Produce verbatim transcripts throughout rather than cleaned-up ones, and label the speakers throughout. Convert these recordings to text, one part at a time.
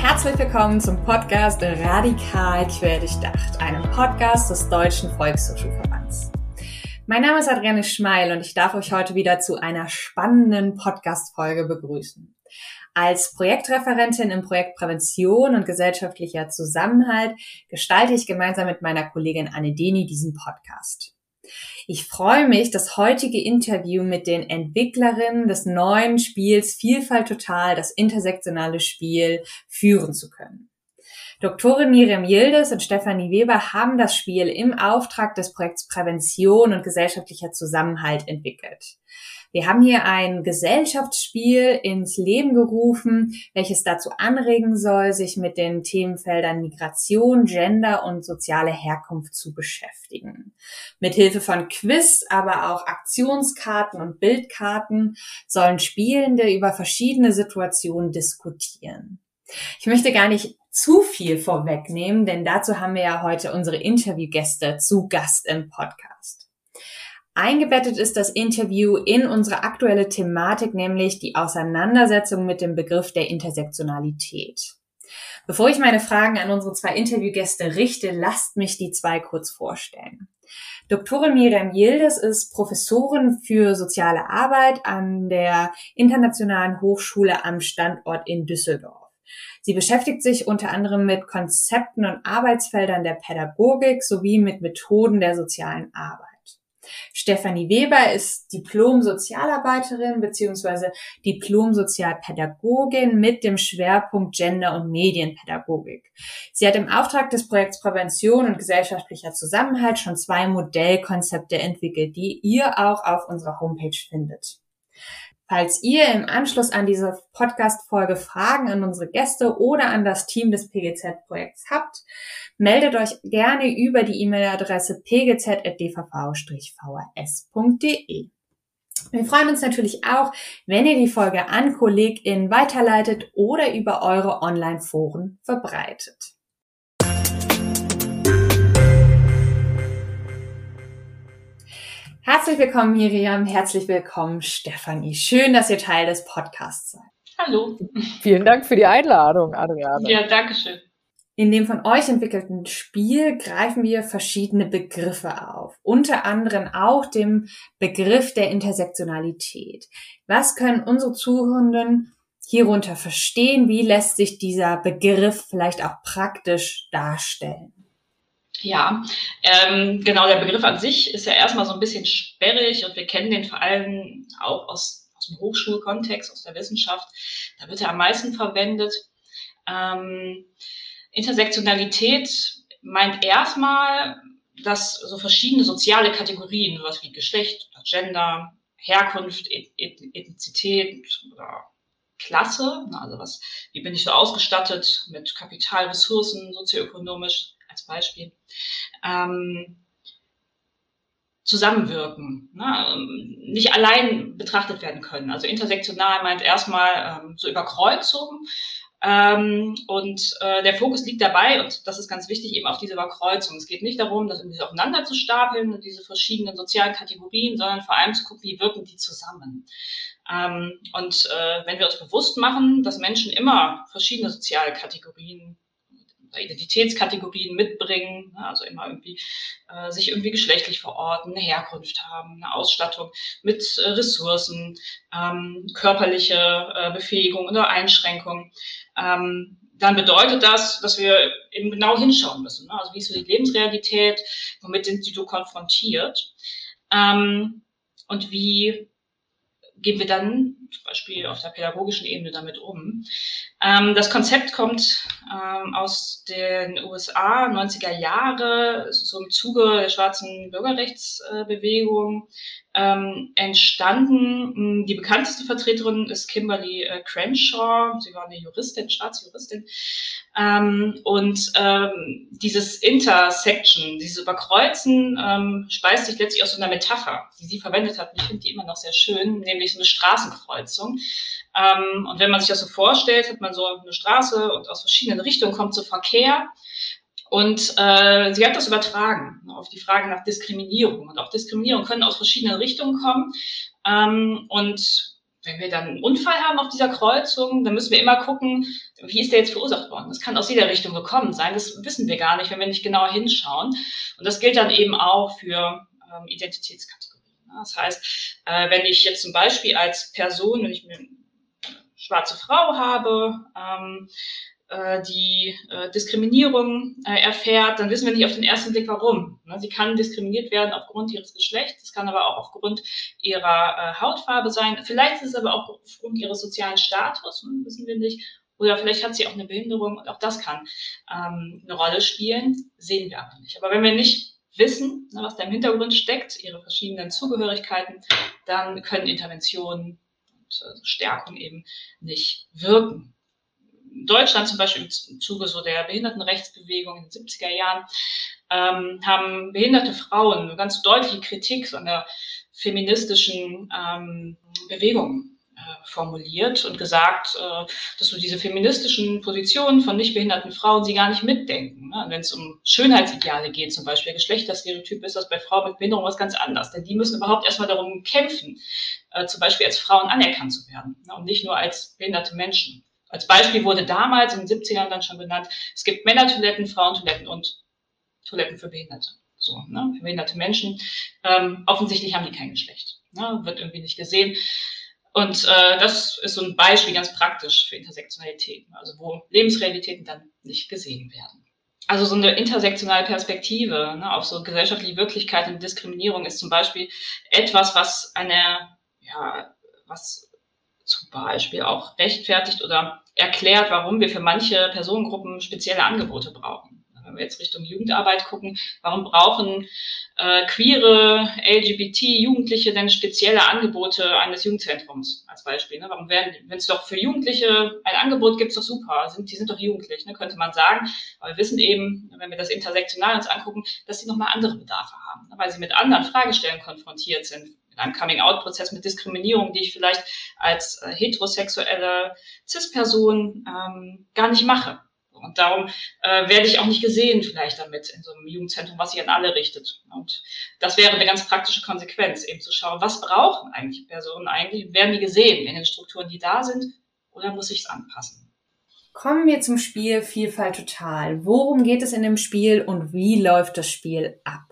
Speaker 1: Herzlich willkommen zum Podcast Radikal Querdurchdacht, einem Podcast des Deutschen Volkshochschulverbands. Mein Name ist Adrienne Schmeil und ich darf euch heute wieder zu einer spannenden Podcast-Folge begrüßen. Als Projektreferentin im Projekt Prävention und gesellschaftlicher Zusammenhalt gestalte ich gemeinsam mit meiner Kollegin Anne Deni diesen Podcast. Ich freue mich, das heutige Interview mit den Entwicklerinnen des neuen Spiels Vielfalt Total, das intersektionale Spiel, führen zu können. Doktorin Miriam Yildiz und Stefanie Weber haben das Spiel im Auftrag des Projekts Prävention und gesellschaftlicher Zusammenhalt entwickelt. Wir haben hier ein Gesellschaftsspiel ins Leben gerufen, welches dazu anregen soll, sich mit den Themenfeldern Migration, Gender und soziale Herkunft zu beschäftigen. Mithilfe von Quiz, aber auch Aktionskarten und Bildkarten sollen Spielende über verschiedene Situationen diskutieren. Ich möchte gar nicht zu viel vorwegnehmen, denn dazu haben wir ja heute unsere Interviewgäste zu Gast im Podcast. Eingebettet ist das Interview in unsere aktuelle Thematik, nämlich die Auseinandersetzung mit dem Begriff der Intersektionalität. Bevor ich meine Fragen an unsere zwei Interviewgäste richte, lasst mich die zwei kurz vorstellen. Doktorin Miriam Yildiz ist Professorin für soziale Arbeit an der Internationalen Hochschule am Standort in Düsseldorf. Sie beschäftigt sich unter anderem mit Konzepten und Arbeitsfeldern der Pädagogik sowie mit Methoden der sozialen Arbeit. Stefanie Weber ist Diplom-Sozialarbeiterin bzw. Diplom-Sozialpädagogin mit dem Schwerpunkt Gender- und Medienpädagogik. Sie hat im Auftrag des Projekts Prävention und gesellschaftlicher Zusammenhalt schon zwei Modellkonzepte entwickelt, die ihr auch auf unserer Homepage findet. Falls ihr im Anschluss an diese Podcast-Folge Fragen an unsere Gäste oder an das Team des P G Z-Projekts habt, meldet euch gerne über die E-Mail-Adresse p g z at d v v strich v h s punkt d e. Wir freuen uns natürlich auch, wenn ihr die Folge an KollegInnen weiterleitet oder über eure Online-Foren verbreitet. Herzlich willkommen, Miriam. Herzlich willkommen, Stefanie. Schön, dass ihr Teil des Podcasts seid.
Speaker 2: Hallo.
Speaker 3: Vielen Dank für die Einladung, Adriane.
Speaker 2: Ja, danke schön.
Speaker 1: In dem von euch entwickelten Spiel greifen wir verschiedene Begriffe auf, unter anderem auch dem Begriff der Intersektionalität. Was können unsere Zuhörenden hierunter verstehen? Wie lässt sich dieser Begriff vielleicht auch praktisch darstellen?
Speaker 2: Ja, ähm, genau, der Begriff an sich ist ja erstmal so ein bisschen sperrig und wir kennen den vor allem auch aus, aus dem Hochschulkontext, aus der Wissenschaft. Da wird er am meisten verwendet. Ähm, Intersektionalität meint erstmal, dass so verschiedene soziale Kategorien, sowas wie Geschlecht, Gender, Herkunft, Ethnizität oder Klasse, also was, wie bin ich so ausgestattet mit Kapital, Ressourcen, sozioökonomisch als Beispiel, ähm, zusammenwirken, ne? Nicht allein betrachtet werden können. Also intersektional meint erstmal ähm, so Überkreuzung ähm, und äh, der Fokus liegt dabei, und das ist ganz wichtig, eben auf diese Überkreuzung. Es geht nicht darum, das irgendwie aufeinander zu stapeln, diese verschiedenen sozialen Kategorien, sondern vor allem zu gucken, wie wirken die zusammen. Ähm, und äh, wenn wir uns bewusst machen, dass Menschen immer verschiedene soziale Kategorien, Identitätskategorien mitbringen, also immer irgendwie äh, sich irgendwie geschlechtlich verorten, eine Herkunft haben, eine Ausstattung mit äh, Ressourcen, ähm, körperliche äh, Befähigung oder Einschränkung, ähm, dann bedeutet das, dass wir eben genau hinschauen müssen. Ne? Also wie ist so die Lebensrealität, womit sind sie so konfrontiert, ähm, und wie gehen wir dann zum Beispiel auf der pädagogischen Ebene damit um. Ähm, das Konzept kommt ähm, aus den U S A, neunziger Jahre, so im Zuge der schwarzen Bürgerrechtsbewegung ähm, entstanden. Die bekannteste Vertreterin ist Kimberly äh, Crenshaw. Sie war eine Juristin, Staatsjuristin. Ähm, und ähm, dieses Intersection, dieses Überkreuzen, ähm, speist sich letztlich aus so einer Metapher, die sie verwendet hat. Und ich finde die immer noch sehr schön, nämlich so eine Straßenkreuzung. Ähm, und wenn man sich das so vorstellt, hat man so eine Straße und aus verschiedenen Richtungen kommt so Verkehr. Und äh, sie hat das übertragen auf die Frage nach Diskriminierung. Und auch Diskriminierung können aus verschiedenen Richtungen kommen. Ähm, und wenn wir dann einen Unfall haben auf dieser Kreuzung, dann müssen wir immer gucken, wie ist der jetzt verursacht worden? Das kann aus jeder Richtung gekommen sein. Das wissen wir gar nicht, wenn wir nicht genauer hinschauen. Und das gilt dann eben auch für ähm, Identitätskategorien. Das heißt, äh, wenn ich jetzt zum Beispiel als Person, wenn ich eine schwarze Frau habe, ähm, die äh, Diskriminierung äh, erfährt, dann wissen wir nicht auf den ersten Blick, warum. Ne? Sie kann diskriminiert werden aufgrund ihres Geschlechts, es kann aber auch aufgrund ihrer äh, Hautfarbe sein. Vielleicht ist es aber auch aufgrund ihres sozialen Status, ne? Wissen wir nicht. Oder vielleicht hat sie auch eine Behinderung und auch das kann ähm, eine Rolle spielen, sehen wir aber nicht. Aber wenn wir nicht wissen, ne, was da im Hintergrund steckt, ihre verschiedenen Zugehörigkeiten, dann können Interventionen und äh, Stärkung eben nicht wirken. In Deutschland zum Beispiel im Zuge so der Behindertenrechtsbewegung in den siebziger Jahren ähm, haben behinderte Frauen eine ganz deutliche Kritik an der feministischen ähm, Bewegung äh, formuliert und gesagt, äh, dass so diese feministischen Positionen von nicht behinderten Frauen sie gar nicht mitdenken. Ne? Wenn es um Schönheitsideale geht, zum Beispiel Geschlechterstereotyp, ist das bei Frauen mit Behinderung was ganz anderes. Denn die müssen überhaupt erstmal darum kämpfen, äh, zum Beispiel als Frauen anerkannt zu werden, ne? Und nicht nur als behinderte Menschen. Als Beispiel wurde damals in den siebzigern dann schon genannt, es gibt Männertoiletten, Frauentoiletten und Toiletten für Behinderte. So, ne, für behinderte Menschen. Ähm, offensichtlich haben die kein Geschlecht. Ne, wird irgendwie nicht gesehen. Und äh, das ist so ein Beispiel ganz praktisch für Intersektionalität, also wo Lebensrealitäten dann nicht gesehen werden. Also so eine intersektionale Perspektive, ne, auf so gesellschaftliche Wirklichkeit und Diskriminierung ist zum Beispiel etwas, was eine, ja, was zum Beispiel auch rechtfertigt oder erklärt, warum wir für manche Personengruppen spezielle Angebote brauchen. Wenn wir jetzt Richtung Jugendarbeit gucken, warum brauchen äh, queere L G B T-Jugendliche denn spezielle Angebote eines Jugendzentrums als Beispiel? Ne? Warum werden, wenn es doch für Jugendliche ein Angebot gibt, ist doch super, sind, die sind doch jugendlich, ne? Könnte man sagen. Aber wir wissen eben, wenn wir das intersektional uns angucken, dass sie nochmal andere Bedarfe haben, ne? Weil sie mit anderen Fragestellungen konfrontiert sind. Einem Coming-out-Prozess mit Diskriminierung, die ich vielleicht als äh, heterosexuelle Cis-Person ähm, gar nicht mache. Und darum äh, werde ich auch nicht gesehen vielleicht damit in so einem Jugendzentrum, was sich an alle richtet. Und das wäre eine ganz praktische Konsequenz, eben zu schauen, was brauchen eigentlich Personen eigentlich? Werden die gesehen in den Strukturen, die da sind, oder muss ich es anpassen?
Speaker 1: Kommen wir zum Spiel Vielfalt total. Worum geht es in dem Spiel und wie läuft das Spiel ab?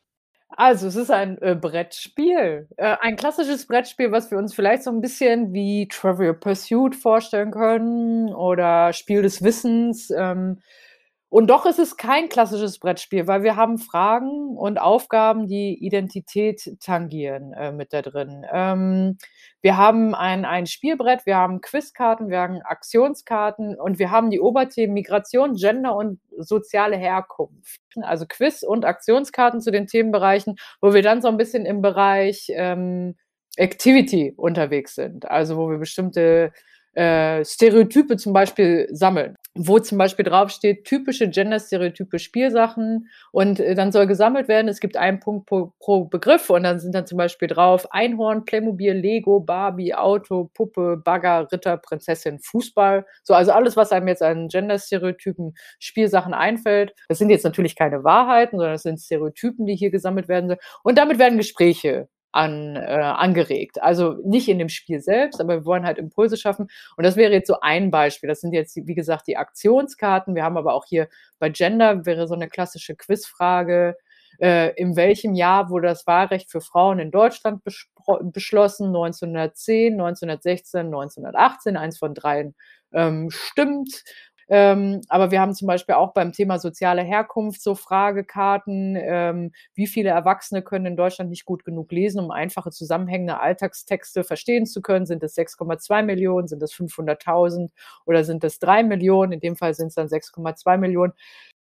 Speaker 3: Also, es ist ein äh, Brettspiel. Äh, ein klassisches Brettspiel, was wir uns vielleicht so ein bisschen wie Trivial Pursuit vorstellen können oder Spiel des Wissens. Ähm, und doch ist es kein klassisches Brettspiel, weil wir haben Fragen und Aufgaben, die Identität tangieren äh, mit da drin. Ähm, wir haben ein, ein Spielbrett, wir haben Quizkarten, wir haben Aktionskarten und wir haben die Oberthemen Migration, Gender und soziale Herkunft. Also Quiz- und Aktionskarten zu den Themenbereichen, wo wir dann so ein bisschen im Bereich ähm, Activity unterwegs sind. Also wo wir bestimmte äh, Stereotype zum Beispiel sammeln, wo zum Beispiel draufsteht, typische Gender-Stereotype Spielsachen und äh, dann soll gesammelt werden, es gibt einen Punkt pro, pro Begriff und dann sind dann zum Beispiel drauf Einhorn, Playmobil, Lego, Barbie, Auto, Puppe, Bagger, Ritter, Prinzessin, Fußball, so also alles, was einem jetzt an Gender-Stereotypen Spielsachen einfällt. Das sind jetzt natürlich keine Wahrheiten, sondern das sind Stereotypen, die hier gesammelt werden und damit werden Gespräche An, äh, angeregt. Also nicht in dem Spiel selbst, aber wir wollen halt Impulse schaffen. Und das wäre jetzt so ein Beispiel. Das sind jetzt, wie gesagt, die Aktionskarten. Wir haben aber auch hier bei Gender wäre so eine klassische Quizfrage. Äh, in welchem Jahr wurde das Wahlrecht für Frauen in Deutschland beschlossen? neunzehnhundertzehn, neunzehnhundertsechzehn, neunzehnhundertachtzehn. Eins von dreien ähm, stimmt. Ähm, aber wir haben zum Beispiel auch beim Thema soziale Herkunft so Fragekarten, ähm, wie viele Erwachsene können in Deutschland nicht gut genug lesen, um einfache zusammenhängende Alltagstexte verstehen zu können. Sind es sechs Komma zwei Millionen, sind es fünfhunderttausend oder sind es drei Millionen? In dem Fall sind es dann sechs Komma zwei Millionen.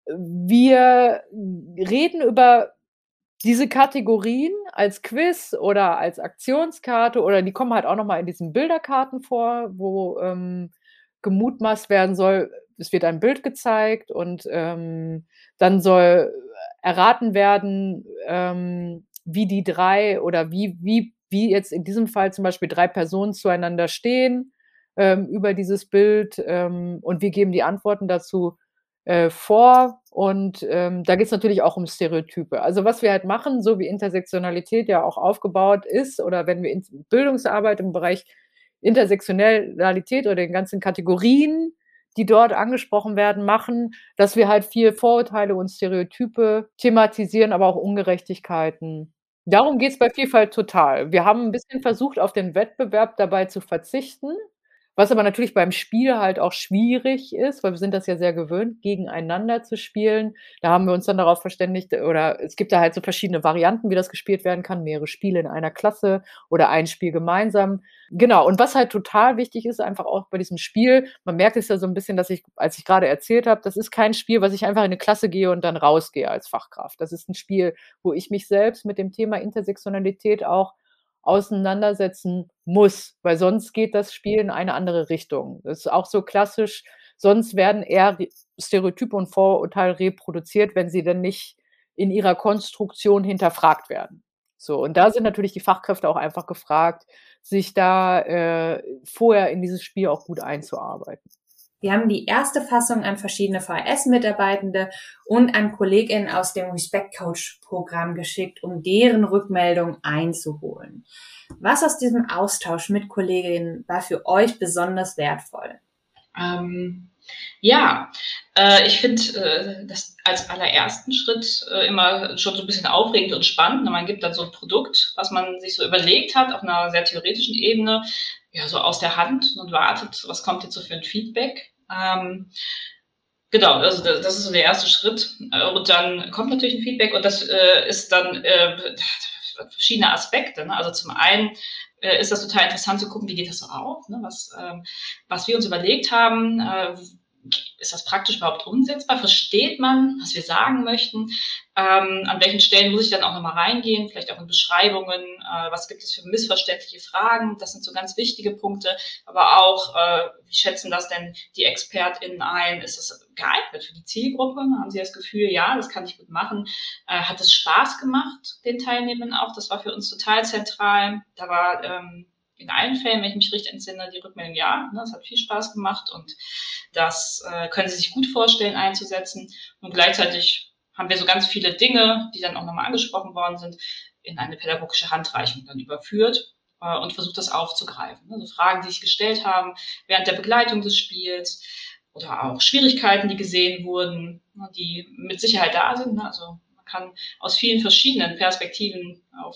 Speaker 3: Wir reden über diese Kategorien als Quiz oder als Aktionskarte oder die kommen halt auch nochmal in diesen Bilderkarten vor, wo ähm, gemutmaßt werden soll, es wird ein Bild gezeigt und ähm, dann soll erraten werden, ähm, wie die drei oder wie, wie, wie jetzt in diesem Fall zum Beispiel drei Personen zueinander stehen ähm, über dieses Bild ähm, und wir geben die Antworten dazu äh, vor und ähm, da geht es natürlich auch um Stereotype. Also was wir halt machen, so wie Intersektionalität ja auch aufgebaut ist oder wenn wir in Bildungsarbeit im Bereich Intersektionalität oder den ganzen Kategorien, die dort angesprochen werden, machen, dass wir halt viel Vorurteile und Stereotype thematisieren, aber auch Ungerechtigkeiten. Darum geht's bei Vielfalt total. Wir haben 'n bisschen versucht, auf den Wettbewerb dabei zu verzichten, was aber natürlich beim Spiel halt auch schwierig ist, weil wir sind das ja sehr gewöhnt, gegeneinander zu spielen. Da haben wir uns dann darauf verständigt oder es gibt da halt so verschiedene Varianten, wie das gespielt werden kann, mehrere Spiele in einer Klasse oder ein Spiel gemeinsam. Genau, und was halt total wichtig ist, einfach auch bei diesem Spiel, man merkt es ja so 'n bisschen, dass ich als ich grade erzählt habe, das ist kein Spiel, was ich einfach in 'ne Klasse gehe und dann rausgehe als Fachkraft. Das ist 'n Spiel, wo ich mich selbst mit dem Thema Intersektionalität auch auseinandersetzen muss, weil sonst geht das Spiel in eine andere Richtung. Das ist auch so klassisch, sonst werden eher re Stereotype und Vorurteile reproduziert, wenn sie denn nicht in ihrer Konstruktion hinterfragt werden. So, und da sind natürlich die Fachkräfte auch einfach gefragt, sich da, äh, vorher in dieses Spiel auch gut einzuarbeiten.
Speaker 1: Wir haben die erste Fassung an verschiedene V H S-Mitarbeitende und an KollegInnen aus dem Respect-Coach-Programm geschickt, um deren Rückmeldung einzuholen. Was aus diesem Austausch mit KollegInnen war für euch besonders wertvoll?
Speaker 2: Ähm, ja, äh, ich finde äh, das als allerersten Schritt äh, immer schon so ein bisschen aufregend und spannend. Man gibt dann so ein Produkt, was man sich so überlegt hat, auf einer sehr theoretischen Ebene, ja, so aus der Hand und wartet, was kommt jetzt so für ein Feedback. Ähm, genau, also das, das ist so der erste Schritt. Äh, und dann kommt natürlich ein Feedback und das äh, ist dann äh, verschiedene Aspekte. Ne? Also zum einen äh, ist das total interessant zu gucken, wie geht das so auf, ne? was, ähm, was wir uns überlegt haben, äh, ist das praktisch überhaupt umsetzbar? Versteht man, was wir sagen möchten? Ähm, an welchen Stellen muss ich dann auch nochmal reingehen? Vielleicht auch in Beschreibungen. Äh, was gibt es für missverständliche Fragen? Das sind so ganz wichtige Punkte. Aber auch, äh, wie schätzen das denn die ExpertInnen ein? Ist das geeignet für die Zielgruppe? Haben Sie das Gefühl, ja, das kann ich gut machen? Äh, hat es Spaß gemacht, den Teilnehmenden auch? Das war für uns total zentral. Da war ähm, in allen Fällen, wenn ich mich richtig entsinne, die Rückmeldung, ja, ne, es hat viel Spaß gemacht und das äh, können sie sich gut vorstellen einzusetzen. Und gleichzeitig haben wir so ganz viele Dinge, die dann auch nochmal angesprochen worden sind, in eine pädagogische Handreichung dann überführt äh, und versucht, das aufzugreifen. Also Fragen, die sich gestellt haben während der Begleitung des Spiels oder auch Schwierigkeiten, die gesehen wurden, die mit Sicherheit da sind. Also man kann aus vielen verschiedenen Perspektiven auf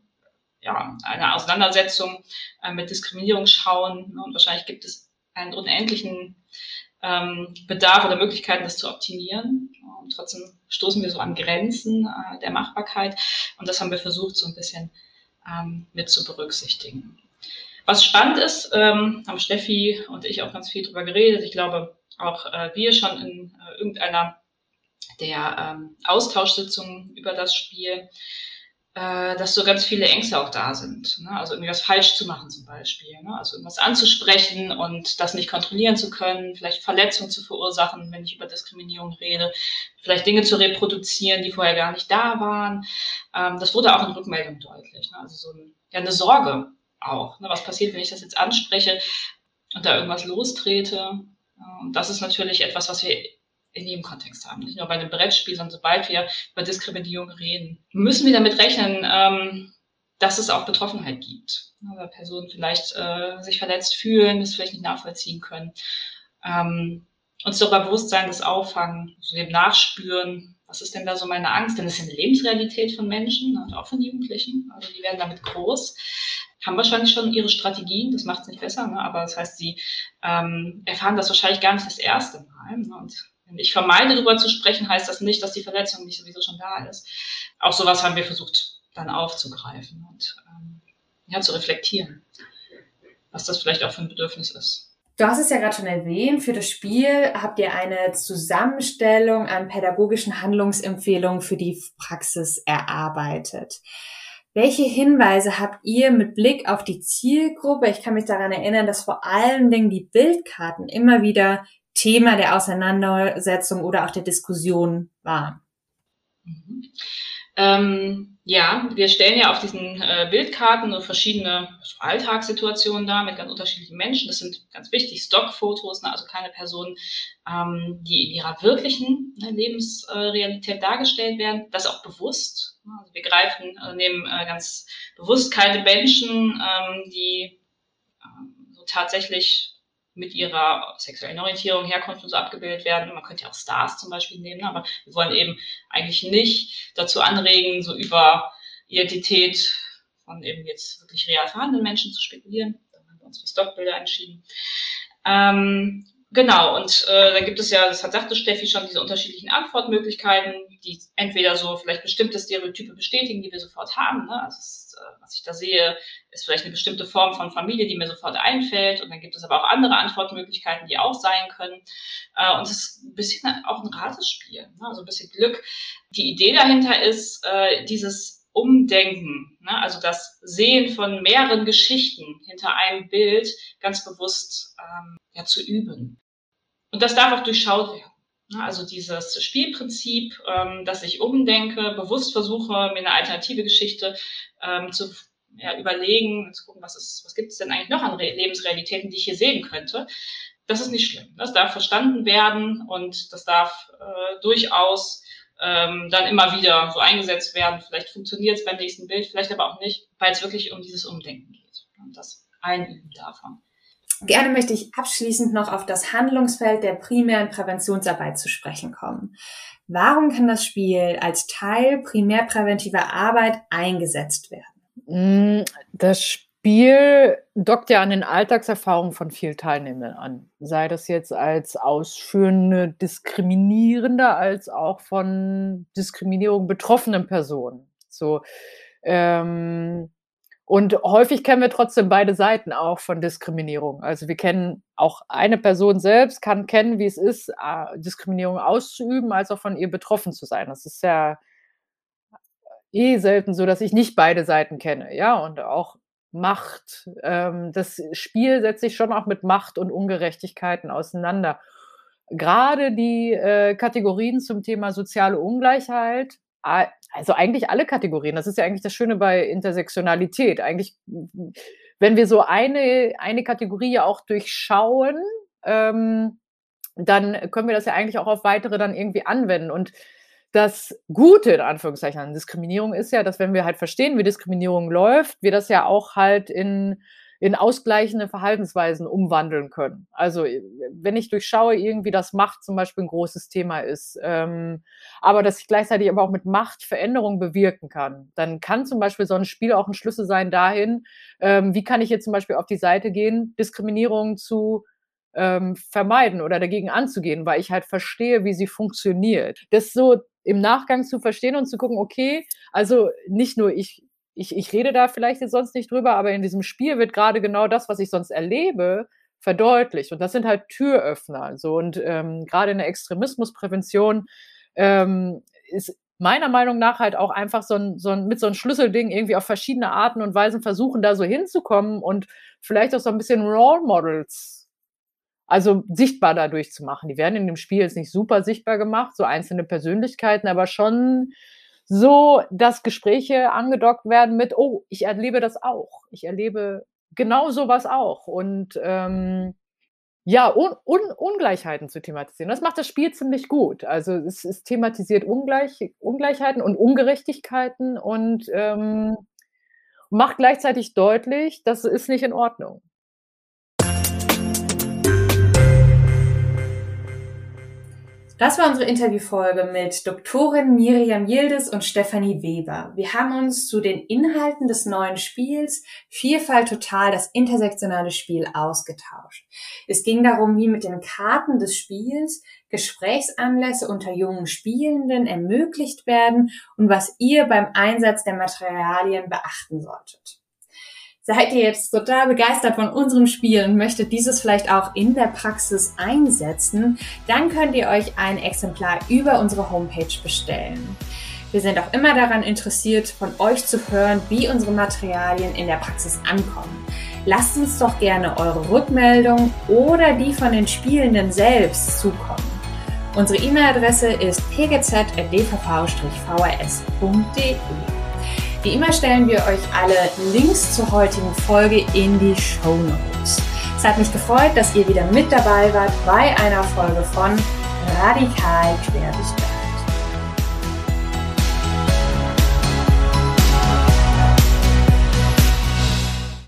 Speaker 2: ja, eine Auseinandersetzung äh, mit Diskriminierung schauen. Und wahrscheinlich gibt es einen unendlichen ähm, Bedarf oder Möglichkeiten, das zu optimieren. Und trotzdem stoßen wir so an Grenzen äh, der Machbarkeit. Und das haben wir versucht, so ein bisschen ähm, mit zu berücksichtigen. Was spannend ist, ähm, haben Steffi und ich auch ganz viel drüber geredet. Ich glaube, auch äh, wir schon in äh, irgendeiner der ähm, Austauschsitzungen über das Spiel, äh, dass so ganz viele Ängste auch da sind. Ne? Also irgendwie was falsch zu machen zum Beispiel. Ne? Also irgendwas anzusprechen und das nicht kontrollieren zu können, vielleicht Verletzungen zu verursachen, wenn ich über Diskriminierung rede, vielleicht Dinge zu reproduzieren, die vorher gar nicht da waren. Ähm, das wurde auch in Rückmeldung deutlich. Ne? Also so ein, ja, eine Sorge auch. Ne? Was passiert, wenn ich das jetzt anspreche und da irgendwas lostrete? Und das ist natürlich etwas, was wir in jedem Kontext haben. Nicht nur bei einem Brettspiel, sondern sobald wir über Diskriminierung reden, müssen wir damit rechnen, ähm, dass es auch Betroffenheit gibt. Weil Personen vielleicht äh, sich verletzt fühlen, das vielleicht nicht nachvollziehen können. Ähm, uns darüber bewusst sein, das Auffangen, so dem Nachspüren, was ist denn da so meine Angst? Denn das ist eine Lebensrealität von Menschen und auch von Jugendlichen. Also die werden damit groß, haben wahrscheinlich schon ihre Strategien, das macht es nicht besser, ne? Aber das heißt, sie ähm, erfahren das wahrscheinlich gar nicht das erste Mal. Ne? Und wenn ich vermeide, darüber zu sprechen, heißt das nicht, dass die Verletzung nicht sowieso schon da ist. Auch sowas haben wir versucht, dann aufzugreifen und ähm, ja, zu reflektieren, was das vielleicht auch für ein Bedürfnis ist.
Speaker 1: Du hast es ja gerade schon erwähnt, für das Spiel habt ihr eine Zusammenstellung an pädagogischen Handlungsempfehlungen für die Praxis erarbeitet. Welche Hinweise habt ihr mit Blick auf die Zielgruppe? Ich kann mich daran erinnern, dass vor allen Dingen die Bildkarten immer wieder Thema der Auseinandersetzung oder auch der Diskussion waren.
Speaker 2: Mhm. Ähm, ja, wir stellen ja auf diesen äh, Bildkarten so verschiedene Alltagssituationen dar mit ganz unterschiedlichen Menschen. Das sind ganz wichtig Stockfotos, ne, also keine Personen, ähm, die in ihrer wirklichen ne, Lebensrealität äh, dargestellt werden. Das auch bewusst. Ne, also wir greifen, äh, nehmen äh, ganz bewusst keine Menschen, ähm, die äh, tatsächlich mit ihrer sexuellen Orientierung, Herkunft und so abgebildet werden. Man könnte ja auch Stars zum Beispiel nehmen, aber wir wollen eben eigentlich nicht dazu anregen, so über Identität von eben jetzt wirklich real vorhandenen Menschen zu spekulieren. Da haben wir uns für Stockbilder entschieden. Ähm, genau, und äh, dann gibt es ja, das hat sagte Steffi schon, diese unterschiedlichen Antwortmöglichkeiten, die entweder so vielleicht bestimmte Stereotype bestätigen, die wir sofort haben. Ne? Also es, äh, was ich da sehe, ist vielleicht eine bestimmte Form von Familie, die mir sofort einfällt. Und dann gibt es aber auch andere Antwortmöglichkeiten, die auch sein können. Äh, und es ist ein bisschen auch ein Ratespiel, ne? Also ein bisschen Glück. Die Idee dahinter ist, äh, dieses Umdenken, ne? Also das Sehen von mehreren Geschichten hinter einem Bild ganz bewusst ähm, ja, zu üben. Und das darf auch durchschaut werden. Ne? Also dieses Spielprinzip, ähm, dass ich umdenke, bewusst versuche, mir eine alternative Geschichte ähm, zu ja, überlegen, zu gucken, was ist, was gibt es denn eigentlich noch an Re- Lebensrealitäten, die ich hier sehen könnte. Das ist nicht schlimm. Das darf verstanden werden und das darf äh, durchaus ähm, dann immer wieder so eingesetzt werden. Vielleicht funktioniert es beim nächsten Bild, vielleicht aber auch nicht, weil es wirklich um dieses Umdenken geht und das Einüben davon.
Speaker 1: Gerne möchte ich abschließend noch auf das Handlungsfeld der primären Präventionsarbeit zu sprechen kommen. Warum kann das Spiel als Teil primärpräventiver Arbeit eingesetzt werden?
Speaker 3: Das Spiel dockt ja an den Alltagserfahrungen von vielen Teilnehmern an. Sei das jetzt als ausführende Diskriminierende, als auch von Diskriminierung betroffenen Personen. So, ähm, und häufig kennen wir trotzdem beide Seiten auch von Diskriminierung. Also wir kennen auch eine Person selbst, kann kennen, wie es ist, Diskriminierung auszuüben, als auch von ihr betroffen zu sein. Das ist ja eh selten so, dass ich nicht beide Seiten kenne. Ja, und auch Macht. Ähm, das Spiel setzt sich schon auch mit Macht und Ungerechtigkeiten auseinander. Gerade die äh, Kategorien zum Thema soziale Ungleichheit, also eigentlich alle Kategorien, das ist ja eigentlich das Schöne bei Intersektionalität. Eigentlich, wenn wir so eine, eine Kategorie ja auch durchschauen, ähm, dann können wir das ja eigentlich auch auf weitere dann irgendwie anwenden. Und das Gute, in Anführungszeichen, an Diskriminierung ist ja, dass wenn wir halt verstehen, wie Diskriminierung läuft, wir das ja auch halt in, in ausgleichende Verhaltensweisen umwandeln können. Also wenn ich durchschaue irgendwie, dass Macht zum Beispiel ein großes Thema ist, ähm, aber dass ich gleichzeitig aber auch mit Macht Veränderungen bewirken kann, dann kann zum Beispiel so ein Spiel auch ein Schlüssel sein dahin, ähm, wie kann ich jetzt zum Beispiel auf die Seite gehen, Diskriminierung zu ähm, vermeiden oder dagegen anzugehen, weil ich halt verstehe, wie sie funktioniert. Das so im Nachgang zu verstehen und zu gucken, okay, also nicht nur ich, ich, ich rede da vielleicht jetzt sonst nicht drüber, aber in diesem Spiel wird gerade genau das, was ich sonst erlebe, verdeutlicht. Und das sind halt Türöffner. So. Und ähm, gerade in der Extremismusprävention ähm, ist meiner Meinung nach halt auch einfach so ein, so ein, mit so ein Schlüsselding irgendwie auf verschiedene Arten und Weisen versuchen, da so hinzukommen und vielleicht auch so ein bisschen Role Models also sichtbar dadurch zu machen. Die werden in dem Spiel jetzt nicht super sichtbar gemacht, so einzelne Persönlichkeiten, aber schon so, dass Gespräche angedockt werden mit, oh, ich erlebe das auch. Ich erlebe genau sowas auch. Und ähm, ja, un, un, Ungleichheiten zu thematisieren. Das macht das Spiel ziemlich gut. Also es, es thematisiert Ungleich, Ungleichheiten und Ungerechtigkeiten und ähm, macht gleichzeitig deutlich, das ist nicht in Ordnung.
Speaker 1: Das war unsere Interviewfolge mit Doktorin Miriam Yildiz und Stefanie Weber. Wir haben uns zu den Inhalten des neuen Spiels Vielfalt total, das intersektionale Spiel, ausgetauscht. Es ging darum, wie mit den Karten des Spiels Gesprächsanlässe unter jungen Spielenden ermöglicht werden und was ihr beim Einsatz der Materialien beachten solltet. Seid ihr jetzt total begeistert von unserem Spiel und möchtet dieses vielleicht auch in der Praxis einsetzen, dann könnt ihr euch ein Exemplar über unsere Homepage bestellen. Wir sind auch immer daran interessiert, von euch zu hören, wie unsere Materialien in der Praxis ankommen. Lasst uns doch gerne eure Rückmeldung oder die von den Spielenden selbst zukommen. Unsere E-Mail-Adresse ist p g z at d v v v r s punkt d e. Wie immer stellen wir euch alle Links zur heutigen Folge in die Shownotes. Es hat mich gefreut, dass ihr wieder mit dabei wart bei einer Folge von Radikal Querdicht.